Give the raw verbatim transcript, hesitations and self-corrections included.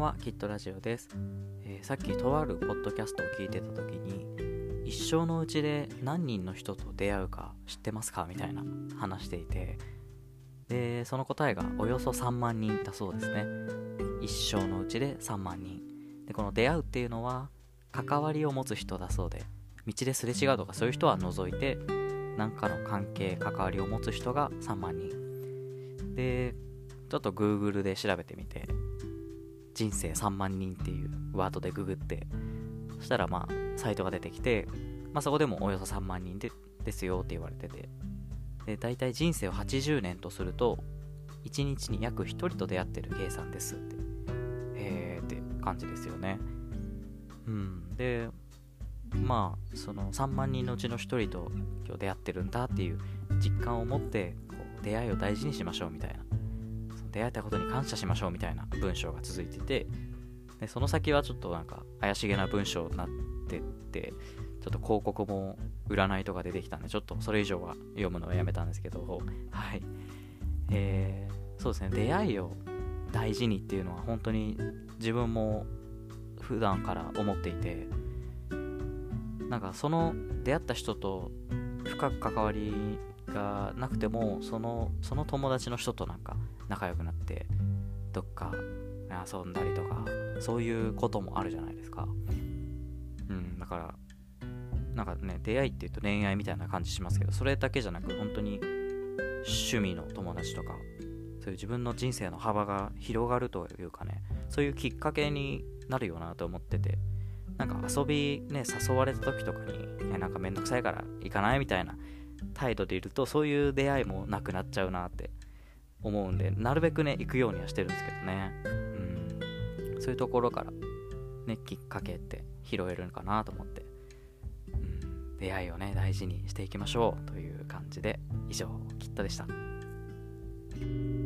は、きっとラジオです。えー、さっきとあるポッドキャストを聞いてた時に、一生のうちで何人の人と出会うか知ってますかみたいな話していて、でその答えがおよそさんまんにんだそうですね。一生のうちでさんまんにんで、この出会うっていうのは関わりを持つ人だそうで、道ですれ違うとかそういう人は除いて何かの関係関わりを持つ人がさんまんにんで、ちょっと Google で調べてみて、人生さんまんにんっていうワードでググって、そしたらまあサイトが出てきて、まあ、そこでもおよそさんまんにんでですよって言われてて、で大体人生をはちじゅうねんとするといちにちに約ひとりと出会ってる計算ですって、へーって感じですよね。うんでまあそのさんまんにんのうちのひとりと今日出会ってるんだっていう実感を持って、こう出会いを大事にしましょうみたいな、その出会えたことに感謝しましょうみたいな文章が続いてて、でその先はちょっとなんか怪しげな文章になってって、ちょっと広告も占いとか出てきたんで、ちょっとそれ以上は読むのをやめたんですけど、はい、えー、そうですね、出会いを大事にっていうのは本当に自分も普段から思っていて、なんかその出会った人と深く関わりがなくても、そのその友達の人となんか仲良くなってどっか遊んだりとか、そういうこともあるじゃないですか。うんだからなんかね、出会いっていうと恋愛みたいな感じしますけど、それだけじゃなく本当に趣味の友達とか、そういう自分の人生の幅が広がるというかね、そういうきっかけになるよなと思ってて、なんか遊びね誘われた時とかに、ね、なんかめんどくさいから行かないみたいな態度でいると、そういう出会いもなくなっちゃうなって思うんで、なるべくね行くようにはしてるんですけどね。うんそういうところからね、きっかけって拾えるのかなと思って、うん出会いをね大事にしていきましょうという感じで、以上きっとでした。